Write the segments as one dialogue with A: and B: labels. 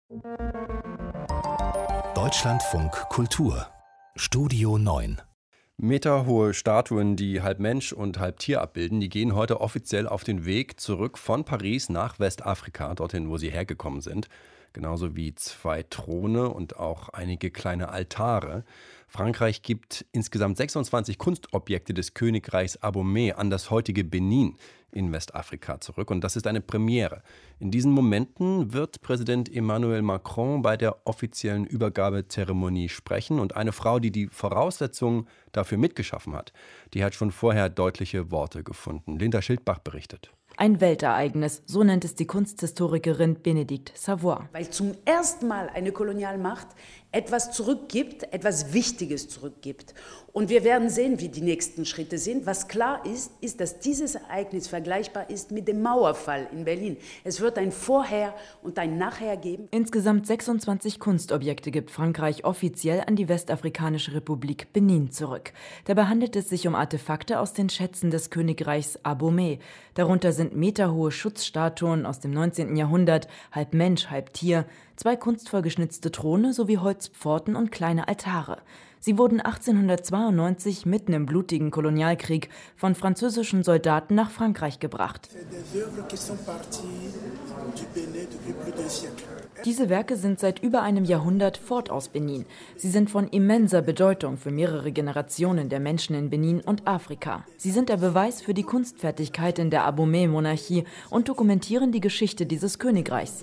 A: Deutschlandfunk Kultur Studio 9.
B: Meterhohe Statuen, die halb Mensch und halb Tier abbilden, die gehen heute offiziell auf den Weg zurück von Paris nach Westafrika, dorthin, wo sie hergekommen sind. Genauso wie 2 Throne und auch einige kleine Altare. Frankreich gibt insgesamt 26 Kunstobjekte des Königreichs Abomey an das heutige Benin in Westafrika zurück. Und das ist eine Premiere. In diesen Momenten wird Präsident Emmanuel Macron bei der offiziellen Übergabezeremonie sprechen. Und eine Frau, die die Voraussetzungen dafür mitgeschaffen hat, die hat schon vorher deutliche Worte gefunden. Linda Schildbach berichtet.
C: Ein Weltereignis, so nennt es die Kunsthistorikerin Bénédicte Savoy.
D: Weil zum ersten Mal eine Kolonialmacht etwas zurückgibt, etwas Wichtiges zurückgibt. Und wir werden sehen, wie die nächsten Schritte sind. Was klar ist, ist, dass dieses Ereignis vergleichbar ist mit dem Mauerfall in Berlin. Es wird ein Vorher und ein Nachher geben.
C: Insgesamt 26 Kunstobjekte gibt Frankreich offiziell an die Westafrikanische Republik Benin zurück. Dabei handelt es sich um Artefakte aus den Schätzen des Königreichs Abomey. Darunter sind meterhohe Schutzstatuen aus dem 19. Jahrhundert, halb Mensch, halb Tier, 2 kunstvoll geschnitzte Throne sowie Holzpforten und kleine Altare. Sie wurden 1892 mitten im blutigen Kolonialkrieg von französischen Soldaten nach Frankreich gebracht. Diese Werke sind seit über einem Jahrhundert fort aus Benin. Sie sind von immenser Bedeutung für mehrere Generationen der Menschen in Benin und Afrika. Sie sind der Beweis für die Kunstfertigkeit in der Abomey-Monarchie und dokumentieren die Geschichte dieses Königreichs,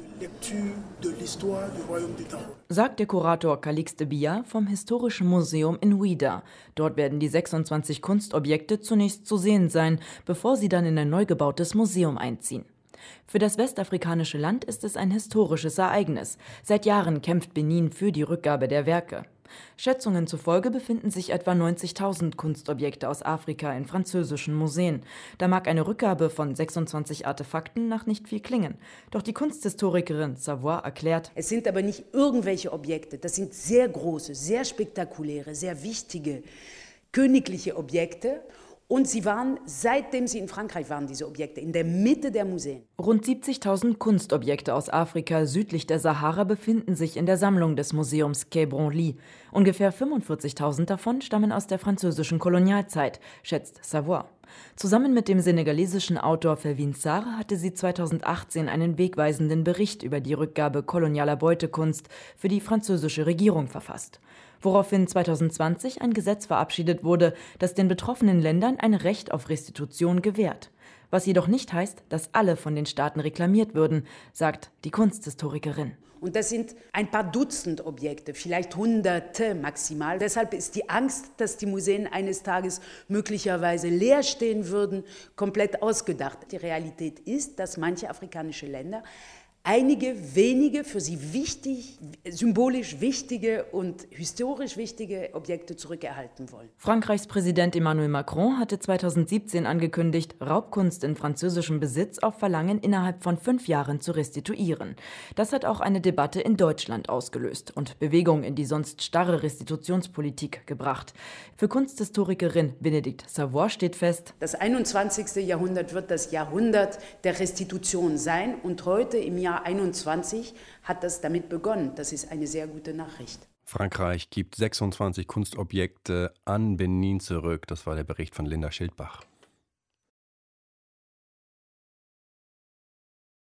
C: sagt der Kurator Calixte Biya vom Historischen Museum in Ouidah. Dort werden die 26 Kunstobjekte zunächst zu sehen sein, bevor sie dann in ein neu gebautes Museum einziehen. Für das westafrikanische Land ist es ein historisches Ereignis. Seit Jahren kämpft Benin für die Rückgabe der Werke. Schätzungen zufolge befinden sich etwa 90.000 Kunstobjekte aus Afrika in französischen Museen. Da mag eine Rückgabe von 26 Artefakten nach nicht viel klingen. Doch die Kunsthistorikerin Savoy erklärt:
D: Es sind aber nicht irgendwelche Objekte. Das sind sehr große, sehr spektakuläre, sehr wichtige, königliche Objekte. Und sie waren, seitdem sie in Frankreich waren, diese Objekte, in der Mitte der Museen.
C: Rund 70.000 Kunstobjekte aus Afrika südlich der Sahara befinden sich in der Sammlung des Museums Quai Branly. Ungefähr 45.000 davon stammen aus der französischen Kolonialzeit, schätzt Savoy. Zusammen mit dem senegalesischen Autor Felwine Sarr hatte sie 2018 einen wegweisenden Bericht über die Rückgabe kolonialer Beutekunst für die französische Regierung verfasst. Woraufhin 2020 ein Gesetz verabschiedet wurde, das den betroffenen Ländern ein Recht auf Restitution gewährt. Was jedoch nicht heißt, dass alle von den Staaten reklamiert würden, sagt die Kunsthistorikerin.
D: Und das sind ein paar Dutzend Objekte, vielleicht Hunderte maximal. Deshalb ist die Angst, dass die Museen eines Tages möglicherweise leer stehen würden, komplett ausgedacht. Die Realität ist, dass manche afrikanische Länder einige wenige für sie wichtig, symbolisch wichtige und historisch wichtige Objekte zurückerhalten wollen.
C: Frankreichs Präsident Emmanuel Macron hatte 2017 angekündigt, Raubkunst in französischem Besitz auf Verlangen innerhalb von 5 Jahren zu restituieren. Das hat auch eine Debatte in Deutschland ausgelöst und Bewegung in die sonst starre Restitutionspolitik gebracht. Für Kunsthistorikerin Bénédicte Savoy steht fest:
D: Das 21. Jahrhundert wird das Jahrhundert der Restitution sein und heute im Jahr 21 hat das damit begonnen. Das ist eine sehr gute Nachricht.
B: Frankreich gibt 26 Kunstobjekte an Benin zurück. Das war der Bericht von Linda Schildbach.